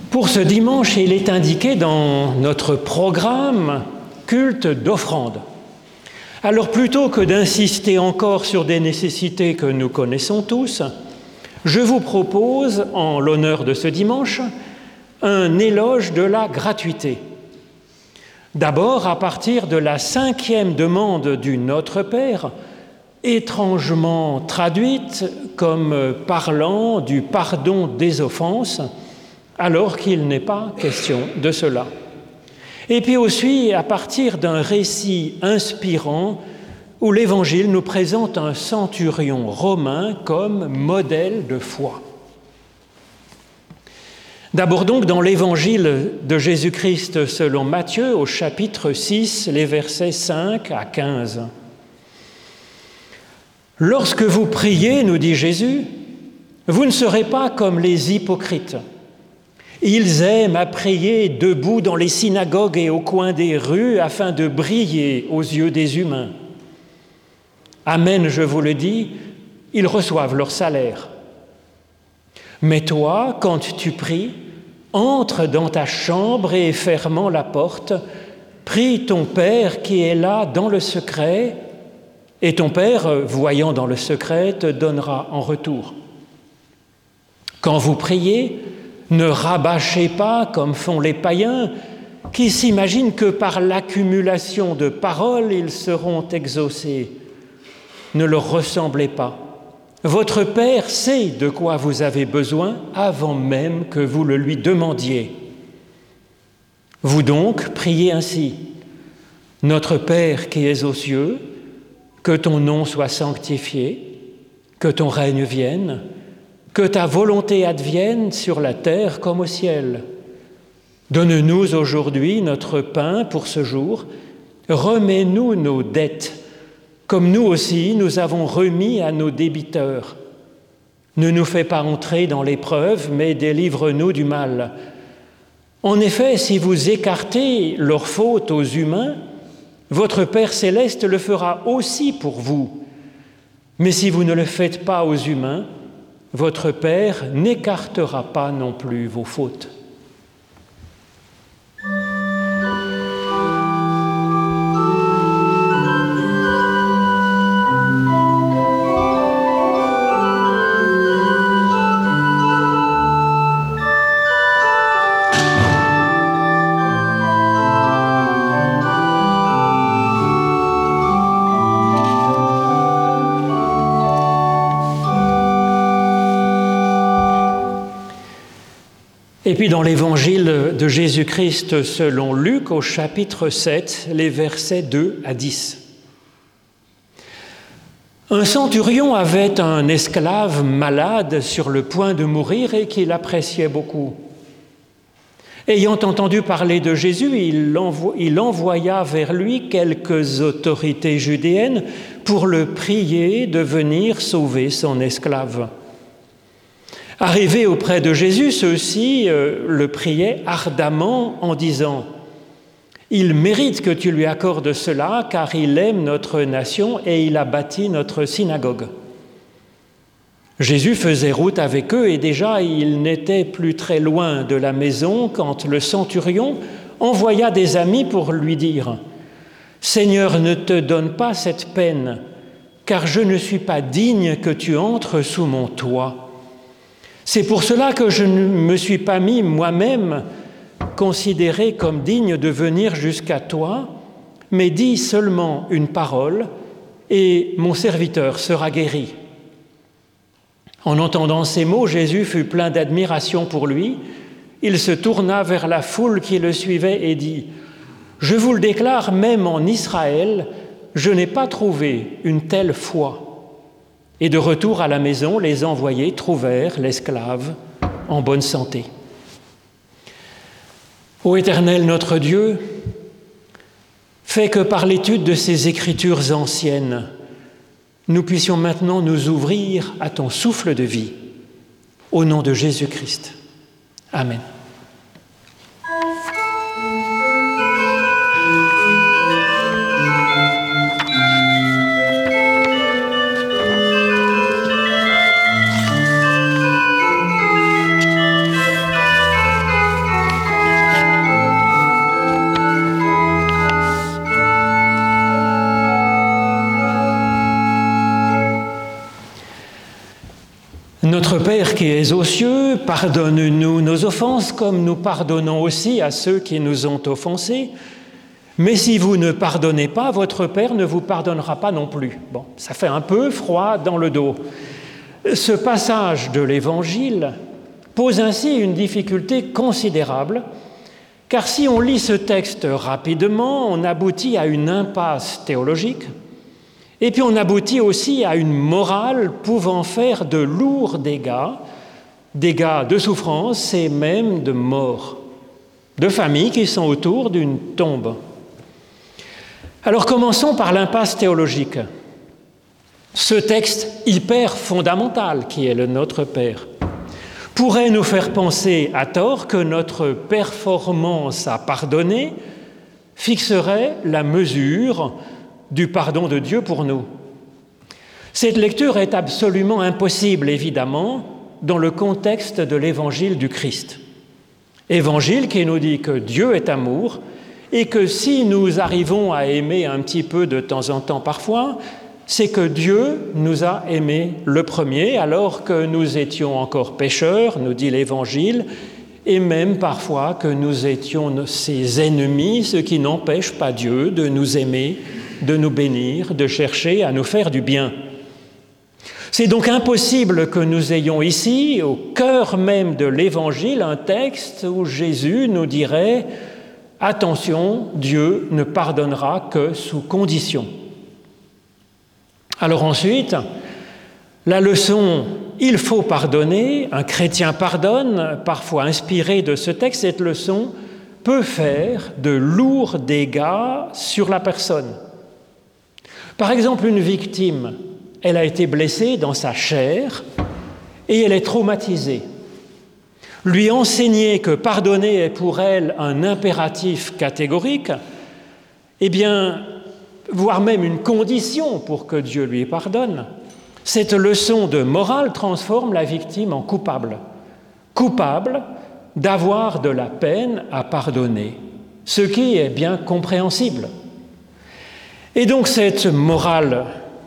Pour ce dimanche, il est indiqué dans notre programme culte d'offrande. Alors plutôt que d'insister encore sur des nécessités que nous connaissons tous, je vous propose, en l'honneur de ce dimanche, un éloge de la gratuité. D'abord, à partir de la 5e demande du Notre Père, étrangement traduite comme parlant du pardon des offenses, alors qu'il n'est pas question de cela. Et puis aussi à partir d'un récit inspirant où l'Évangile nous présente un centurion romain comme modèle de foi. D'abord donc dans l'Évangile de Jésus-Christ selon Matthieu au chapitre 6, les versets 5 à 15. « Lorsque vous priez, nous dit Jésus, vous ne serez pas comme les hypocrites. Ils aiment à prier debout dans les synagogues et au coin des rues afin de briller aux yeux des humains. Amen, je vous le dis, ils reçoivent leur salaire. Mais toi, quand tu pries, entre dans ta chambre et fermant la porte, prie ton Père qui est là dans le secret, et ton Père, voyant dans le secret, te donnera en retour. Quand vous priez, ne rabâchez pas comme font les païens qui s'imaginent que par l'accumulation de paroles, ils seront exaucés. Ne leur ressemblez pas. Votre Père sait de quoi vous avez besoin avant même que vous le lui demandiez. Vous donc, priez ainsi. Notre Père qui es aux cieux, que ton nom soit sanctifié, que ton règne vienne, que ta volonté advienne sur la terre comme au ciel. Donne-nous aujourd'hui notre pain pour ce jour. Remets-nous nos dettes, comme nous aussi nous avons remis à nos débiteurs. Ne nous fais pas entrer dans l'épreuve, mais délivre-nous du mal. En effet, si vous écartez leurs fautes aux humains, votre Père céleste le fera aussi pour vous. Mais si vous ne le faites pas aux humains, votre Père n'écartera pas non plus vos fautes. Et puis dans l'évangile de Jésus-Christ selon Luc au chapitre 7, les versets 2 à 10. Un centurion avait un esclave malade sur le point de mourir et qu'il appréciait beaucoup. Ayant entendu parler de Jésus, il envoya vers lui quelques autorités judéennes pour le prier de venir sauver son esclave. Arrivés auprès de Jésus, ceux-ci le priaient ardemment en disant « Il mérite que tu lui accordes cela, car il aime notre nation et il a bâti notre synagogue. » Jésus faisait route avec eux et déjà il n'était plus très loin de la maison quand le centurion envoya des amis pour lui dire « Seigneur, ne te donne pas cette peine, car je ne suis pas digne que tu entres sous mon toit. C'est pour cela que je ne me suis pas mis moi-même considéré comme digne de venir jusqu'à toi, mais dis seulement une parole et mon serviteur sera guéri. » En entendant ces mots, Jésus fut plein d'admiration pour lui. Il se tourna vers la foule qui le suivait et dit « Je vous le déclare, même en Israël, je n'ai pas trouvé une telle foi. » Et de retour à la maison, les envoyés trouvèrent l'esclave en bonne santé. Ô Éternel notre Dieu, fais que par l'étude de ces Écritures anciennes, nous puissions maintenant nous ouvrir à ton souffle de vie. Au nom de Jésus-Christ. Amen. Notre Père qui es aux cieux, pardonne-nous nos offenses comme nous pardonnons aussi à ceux qui nous ont offensés. Mais si vous ne pardonnez pas, votre Père ne vous pardonnera pas non plus. Bon, ça fait un peu froid dans le dos. Ce passage de l'Évangile pose ainsi une difficulté considérable, car si on lit ce texte rapidement, on aboutit à une impasse théologique, et puis on aboutit aussi à une morale pouvant faire de lourds dégâts de souffrance et même de mort, de familles qui sont autour d'une tombe. Alors commençons par l'impasse théologique. Ce texte hyper fondamental qui est le Notre Père pourrait nous faire penser à tort que notre performance à pardonner fixerait la mesure du pardon de Dieu pour nous. Cette lecture est absolument impossible, évidemment, dans le contexte de l'évangile du Christ. Évangile qui nous dit que Dieu est amour et que si nous arrivons à aimer un petit peu de temps en temps parfois, c'est que Dieu nous a aimés le premier alors que nous étions encore pécheurs, nous dit l'Évangile, et même parfois que nous étions ses ennemis, ce qui n'empêche pas Dieu de nous aimer, de nous bénir, de chercher à nous faire du bien. C'est donc impossible que nous ayons ici, au cœur même de l'Évangile, un texte où Jésus nous dirait « Attention, Dieu ne pardonnera que sous condition ». Alors ensuite, la leçon « Il faut pardonner », un chrétien pardonne, parfois inspirée de ce texte, cette leçon peut faire de lourds dégâts sur la personne. Par exemple, une victime, elle a été blessée dans sa chair et elle est traumatisée. Lui enseigner que pardonner est pour elle un impératif catégorique, eh bien, voire même une condition pour que Dieu lui pardonne, cette leçon de morale transforme la victime en coupable. Coupable d'avoir de la peine à pardonner, ce qui est bien compréhensible. Et donc cette morale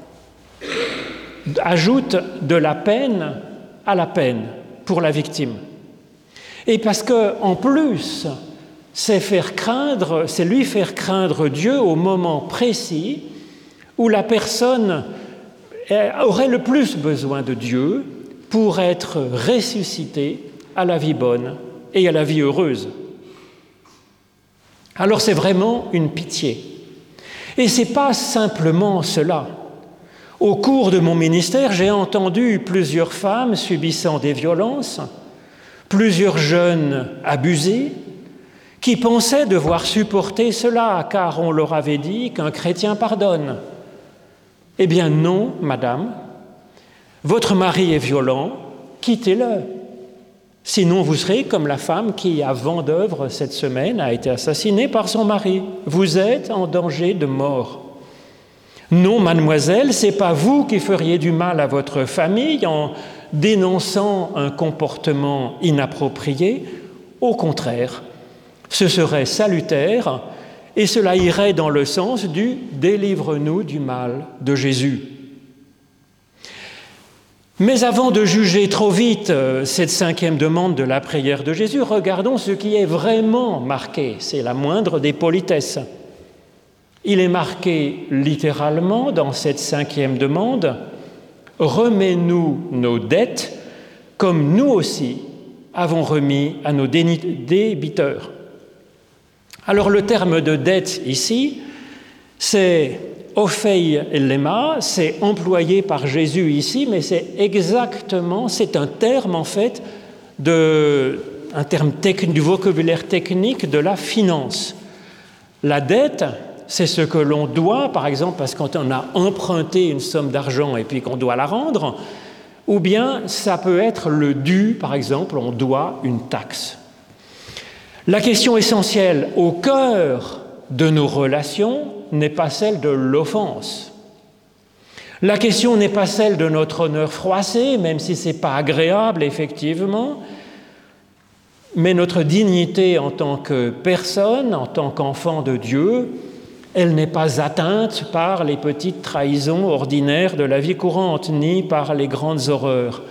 ajoute de la peine à la peine pour la victime. Et parce qu'en plus, c'est lui faire craindre Dieu au moment précis où la personne aurait le plus besoin de Dieu pour être ressuscitée à la vie bonne et à la vie heureuse. Alors c'est vraiment une pitié. Et ce n'est pas simplement cela. Au cours de mon ministère, j'ai entendu plusieurs femmes subissant des violences, plusieurs jeunes abusés, qui pensaient devoir supporter cela, car on leur avait dit qu'un chrétien pardonne. Eh bien non, madame, votre mari est violent, quittez-le. Sinon, vous serez comme la femme qui, à Vendeuvre cette semaine, a été assassinée par son mari. Vous êtes en danger de mort. Non, mademoiselle, ce n'est pas vous qui feriez du mal à votre famille en dénonçant un comportement inapproprié. Au contraire, ce serait salutaire et cela irait dans le sens du « délivre-nous du mal » de Jésus. Mais avant de juger trop vite cette 5e demande de la prière de Jésus, regardons ce qui est vraiment marqué. C'est la moindre des politesses. Il est marqué littéralement dans cette 5e demande « Remets-nous nos dettes comme nous aussi avons remis à nos débiteurs ». Alors le terme de dette ici, c'est « ophei lema », c'est employé par Jésus ici, mais c'est un terme en fait, un terme du vocabulaire technique de la finance. La dette, c'est ce que l'on doit, par exemple, parce qu'on a emprunté une somme d'argent et puis qu'on doit la rendre, ou bien ça peut être le dû, par exemple, on doit une taxe. La question essentielle au cœur de nos relations n'est pas celle de l'offense. La question n'est pas celle de notre honneur froissé, même si ce n'est pas agréable, effectivement, mais notre dignité en tant que personne, en tant qu'enfant de Dieu, elle n'est pas atteinte par les petites trahisons ordinaires de la vie courante, ni par les grandes horreurs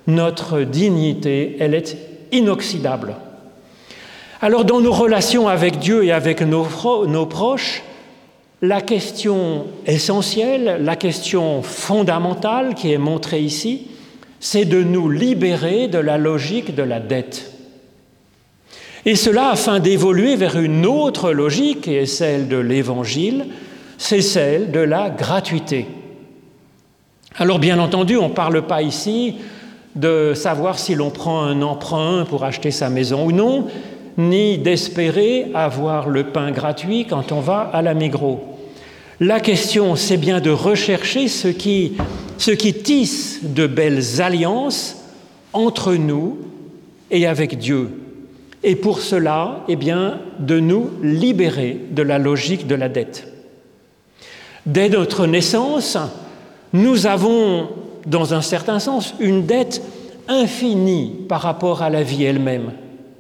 notre dignité, elle est inoxydable. Alors dans nos relations avec Dieu et avec nos proches, la question essentielle, la question fondamentale qui est montrée ici, c'est de nous libérer de la logique de la dette. Et cela afin d'évoluer vers une autre logique, qui est celle de l'Évangile, c'est celle de la gratuité. Alors bien entendu, on ne parle pas ici de savoir si l'on prend un emprunt pour acheter sa maison ou non, ni d'espérer avoir le pain gratuit quand on va à la Migros. La question, c'est bien de rechercher ce qui tisse de belles alliances entre nous et avec Dieu. Et pour cela, de nous libérer de la logique de la dette. Dès notre naissance, nous avons, dans un certain sens, une dette infinie par rapport à la vie elle-même.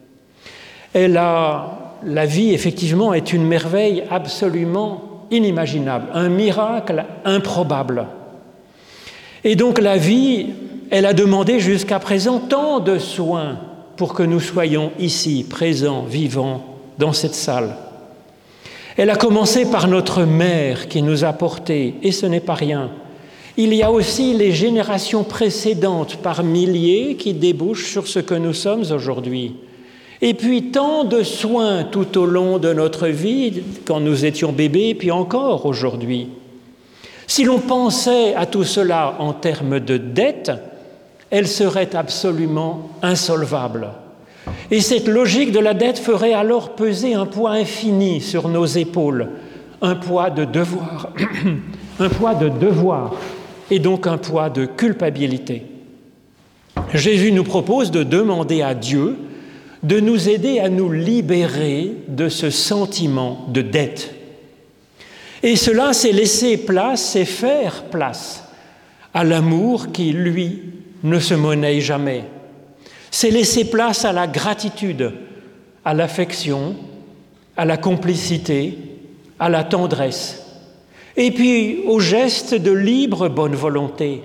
La vie, effectivement, est une merveille absolument inimaginable, un miracle improbable. Et donc la vie, elle a demandé jusqu'à présent tant de soins pour que nous soyons ici, présents, vivants, dans cette salle. Elle a commencé par notre mère qui nous a portés, et ce n'est pas rien. Il y a aussi les générations précédentes par milliers qui débouchent sur ce que nous sommes aujourd'hui. Et puis tant de soins tout au long de notre vie, quand nous étions bébés, puis encore aujourd'hui. Si l'on pensait à tout cela en termes de dette, elle serait absolument insolvable. Et cette logique de la dette ferait alors peser un poids infini sur nos épaules, un poids de devoir, un poids de devoir, et donc un poids de culpabilité. Jésus nous propose de demander à Dieu de nous aider à nous libérer de ce sentiment de dette. Et cela, c'est laisser place, c'est faire place à l'amour qui, lui, ne se monnaie jamais. C'est laisser place à la gratitude, à l'affection, à la complicité, à la tendresse, et puis au geste de libre bonne volonté.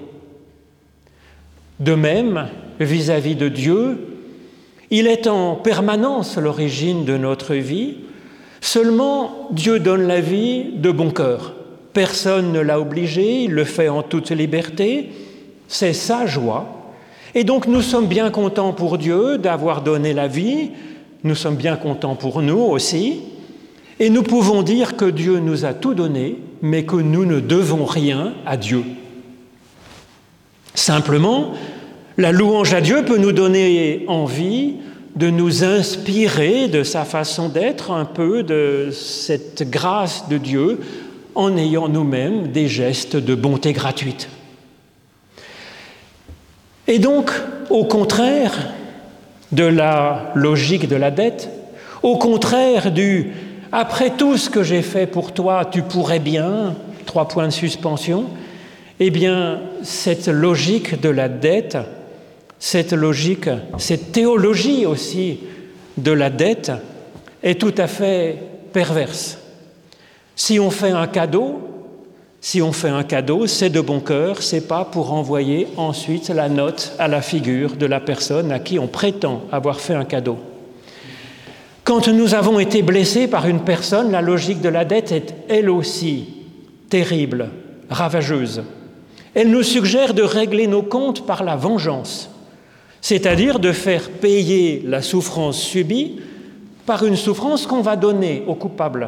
De même, vis-à-vis de Dieu, il est en permanence l'origine de notre vie. Seulement, Dieu donne la vie de bon cœur. Personne ne l'a obligé, il le fait en toute liberté. C'est sa joie. Et donc, nous sommes bien contents pour Dieu d'avoir donné la vie. Nous sommes bien contents pour nous aussi. Et nous pouvons dire que Dieu nous a tout donné, mais que nous ne devons rien à Dieu. Simplement, la louange à Dieu peut nous donner envie de nous inspirer de sa façon d'être, un peu de cette grâce de Dieu, en ayant nous-mêmes des gestes de bonté gratuite. Et donc, au contraire de la logique de la dette, au contraire du « après tout ce que j'ai fait pour toi, tu pourrais bien », 3 points de suspension, eh bien, cette logique de la dette, cette logique, cette théologie aussi de la dette est tout à fait perverse. Si on fait un cadeau, c'est de bon cœur, c'est pas pour envoyer ensuite la note à la figure de la personne à qui on prétend avoir fait un cadeau. Quand nous avons été blessés par une personne, la logique de la dette est elle aussi terrible, ravageuse. Elle nous suggère de régler nos comptes par la vengeance, c'est-à-dire de faire payer la souffrance subie par une souffrance qu'on va donner au coupable.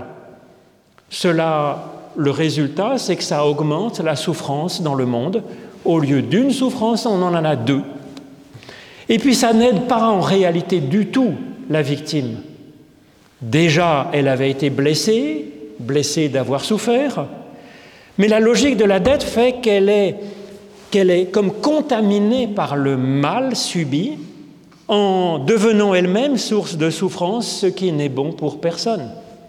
Le résultat, c'est que ça augmente la souffrance dans le monde. Au lieu d'une souffrance, on en a 2. Et puis ça n'aide pas en réalité du tout la victime. Déjà, elle avait été blessée d'avoir souffert, mais la logique de la dette fait qu'elle est comme contaminée par le mal subi en devenant elle-même source de souffrance, ce qui n'est bon pour personne.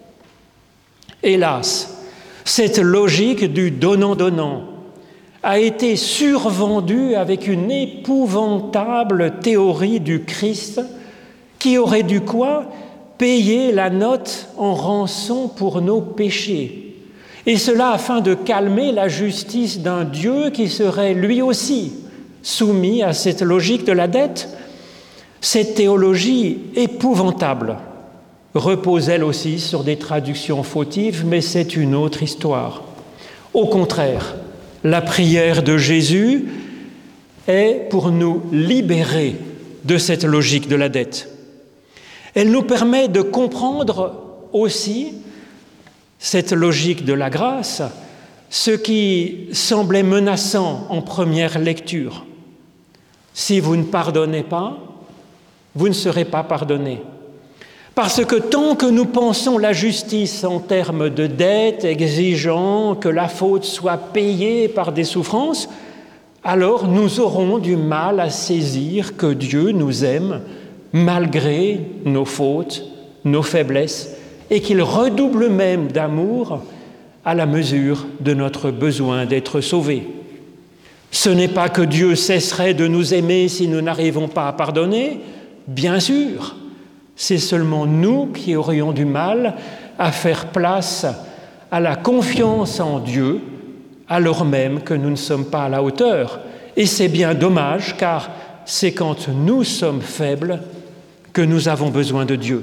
Hélas, cette logique du donnant-donnant a été survendue avec une épouvantable théorie du Christ qui aurait dû quoi ? Payer la note en rançon pour nos péchés. Et cela afin de calmer la justice d'un Dieu qui serait lui aussi soumis à cette logique de la dette. Cette théologie épouvantable repose elle aussi sur des traductions fautives, mais c'est une autre histoire. Au contraire, la prière de Jésus est pour nous libérer de cette logique de la dette. Elle nous permet de comprendre aussi cette logique de la grâce, ce qui semblait menaçant en première lecture. Si vous ne pardonnez pas, vous ne serez pas pardonné. Parce que tant que nous pensons la justice en termes de dette, exigeant que la faute soit payée par des souffrances, alors nous aurons du mal à saisir que Dieu nous aime malgré nos fautes, nos faiblesses, et qu'il redouble même d'amour à la mesure de notre besoin d'être sauvés. Ce n'est pas que Dieu cesserait de nous aimer si nous n'arrivons pas à pardonner, bien sûr, c'est seulement nous qui aurions du mal à faire place à la confiance en Dieu, alors même que nous ne sommes pas à la hauteur. Et c'est bien dommage, car c'est quand nous sommes faibles que nous avons besoin de Dieu.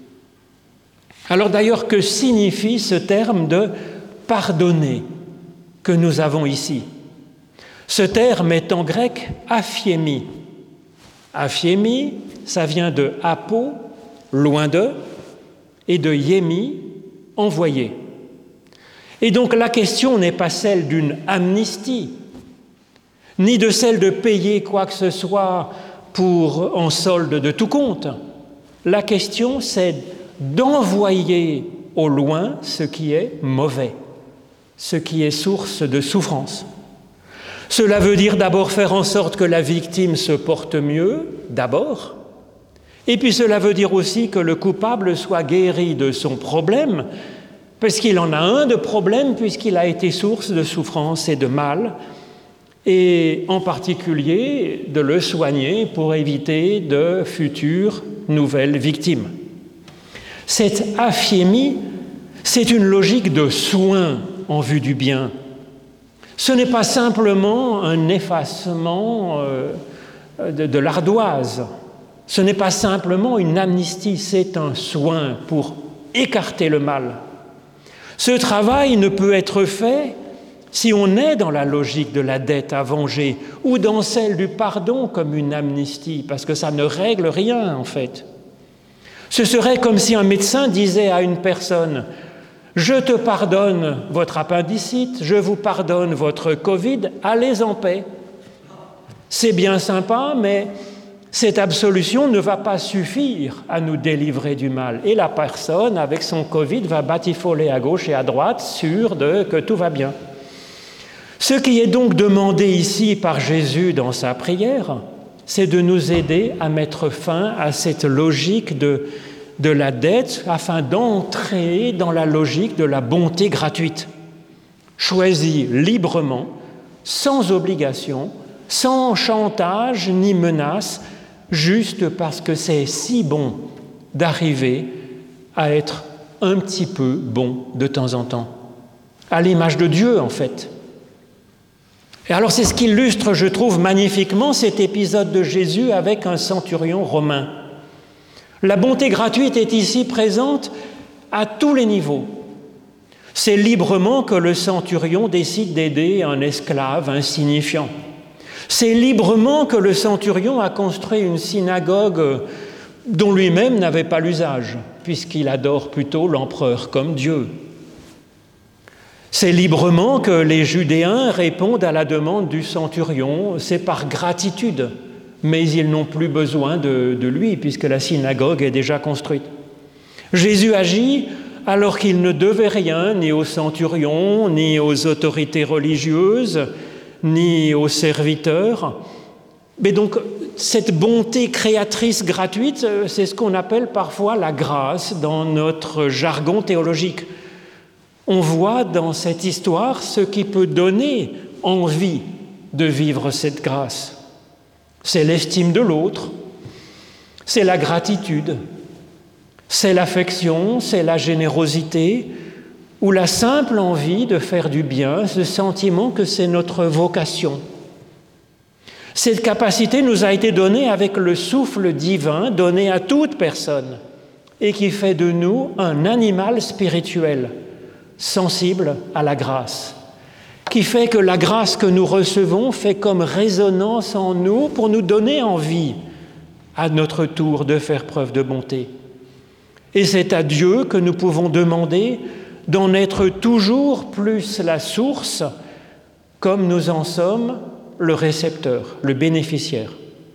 Alors d'ailleurs, que signifie ce terme de « pardonner » que nous avons ici? Ce terme est en grec « aphiemi ». Aphiemi, ça vient de « apo », loin de, et de « yémi », envoyé. Et donc la question n'est pas celle d'une amnistie, ni de celle de payer quoi que ce soit en solde de tout compte. La question, c'est d'envoyer au loin ce qui est mauvais, ce qui est source de souffrance. Cela veut dire d'abord faire en sorte que la victime se porte mieux, d'abord, et puis cela veut dire aussi que le coupable soit guéri de son problème, parce qu'il en a un de problème, puisqu'il a été source de souffrance et de mal, et en particulier de le soigner pour éviter de futures nouvelles victimes. Cette aphiémie, c'est une logique de soin en vue du bien. Ce n'est pas simplement un effacement de l'ardoise. Ce n'est pas simplement une amnistie, c'est un soin pour écarter le mal. Ce travail ne peut être fait si on est dans la logique de la dette à venger ou dans celle du pardon comme une amnistie, parce que ça ne règle rien en fait. Ce serait comme si un médecin disait à une personne « Je te pardonne votre appendicite, je vous pardonne votre Covid, allez en paix. » C'est bien sympa, mais cette absolution ne va pas suffire à nous délivrer du mal. Et la personne, avec son Covid, va batifoler à gauche et à droite, sûre que tout va bien. Ce qui est donc demandé ici par Jésus dans sa prière, c'est de nous aider à mettre fin à cette logique de la dette afin d'entrer dans la logique de la bonté gratuite, choisie librement, sans obligation, sans chantage ni menace, juste parce que c'est si bon d'arriver à être un petit peu bon de temps en temps, à l'image de Dieu en fait. Et alors c'est ce qu'illustre, je trouve, magnifiquement cet épisode de Jésus avec un centurion romain. La bonté gratuite est ici présente à tous les niveaux. C'est librement que le centurion décide d'aider un esclave insignifiant. C'est librement que le centurion a construit une synagogue dont lui-même n'avait pas l'usage, puisqu'il adore plutôt l'empereur comme Dieu. C'est librement que les Judéens répondent à la demande du centurion, c'est par gratitude, mais ils n'ont plus besoin de lui, puisque la synagogue est déjà construite. Jésus agit alors qu'il ne devait rien, ni au centurion, ni aux autorités religieuses, ni aux serviteurs. Mais donc, cette bonté créatrice gratuite, c'est ce qu'on appelle parfois la grâce dans notre jargon théologique. On voit dans cette histoire ce qui peut donner envie de vivre cette grâce. C'est l'estime de l'autre, c'est la gratitude, c'est l'affection, c'est la générosité, ou la simple envie de faire du bien, ce sentiment que c'est notre vocation. Cette capacité nous a été donnée avec le souffle divin donné à toute personne et qui fait de nous un animal spirituel, sensible à la grâce, qui fait que la grâce que nous recevons fait comme résonance en nous pour nous donner envie, à notre tour, de faire preuve de bonté. Et c'est à Dieu que nous pouvons demander d'en être toujours plus la source, comme nous en sommes le récepteur, le bénéficiaire.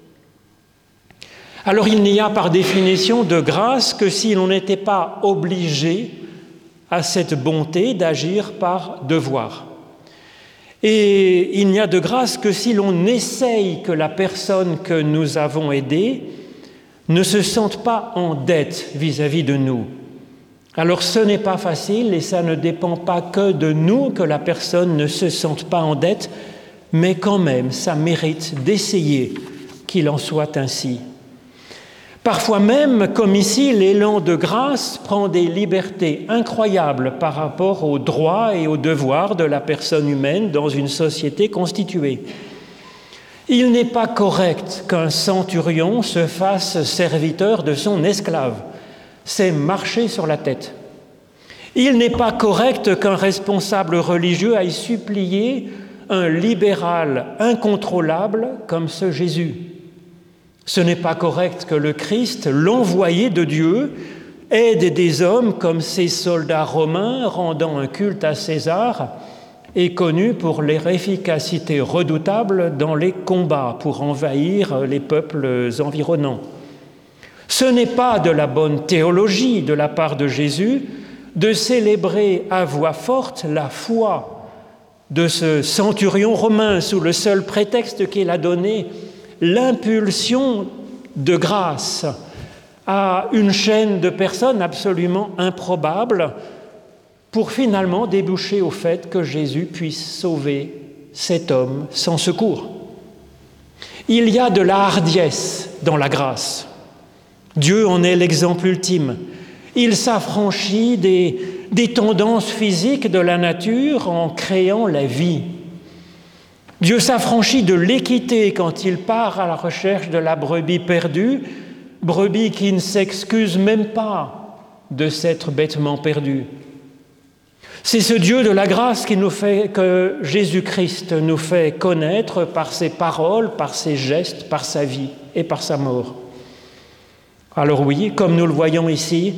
Alors il n'y a par définition de grâce que si l'on n'était pas obligé à cette bonté d'agir par devoir. Et il n'y a de grâce que si l'on essaye que la personne que nous avons aidée ne se sente pas en dette vis-à-vis de nous. Alors ce n'est pas facile et ça ne dépend pas que de nous que la personne ne se sente pas en dette, mais quand même, ça mérite d'essayer qu'il en soit ainsi. Parfois même, comme ici, l'élan de grâce prend des libertés incroyables par rapport aux droits et aux devoirs de la personne humaine dans une société constituée. Il n'est pas correct qu'un centurion se fasse serviteur de son esclave. C'est marcher sur la tête. Il n'est pas correct qu'un responsable religieux aille supplier un libéral incontrôlable comme ce Jésus. Ce n'est pas correct que le Christ, l'envoyé de Dieu, aide des hommes comme ces soldats romains rendant un culte à César et connus pour leur efficacité redoutable dans les combats pour envahir les peuples environnants. Ce n'est pas de la bonne théologie de la part de Jésus de célébrer à voix forte la foi de ce centurion romain sous le seul prétexte qu'il a donné l'impulsion de grâce à une chaîne de personnes absolument improbables pour finalement déboucher au fait que Jésus puisse sauver cet homme sans secours. Il y a de la hardiesse dans la grâce. Dieu en est l'exemple ultime. Il s'affranchit des tendances physiques de la nature en créant la vie. Dieu s'affranchit de l'équité quand il part à la recherche de la brebis perdue, brebis qui ne s'excuse même pas de s'être bêtement perdue. C'est ce Dieu de la grâce que Jésus-Christ nous fait connaître par ses paroles, par ses gestes, par sa vie et par sa mort. Alors oui, comme nous le voyons ici,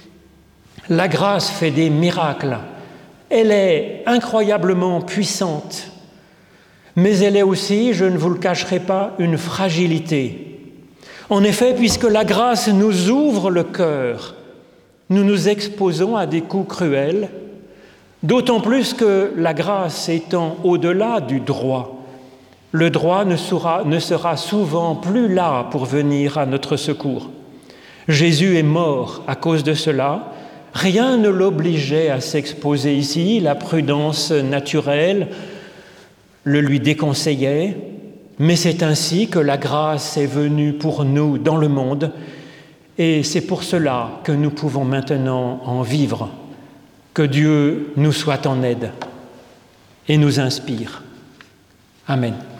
la grâce fait des miracles. Elle est incroyablement puissante, mais elle est aussi, je ne vous le cacherai pas, une fragilité. En effet, puisque la grâce nous ouvre le cœur, nous nous exposons à des coups cruels, d'autant plus que la grâce étant au-delà du droit, le droit ne sera souvent plus là pour venir à notre secours. Jésus est mort à cause de cela. Rien ne l'obligeait à s'exposer ici, la prudence naturelle le lui déconseillait, mais c'est ainsi que la grâce est venue pour nous dans le monde, et c'est pour cela que nous pouvons maintenant en vivre. Que Dieu nous soit en aide et nous inspire. Amen.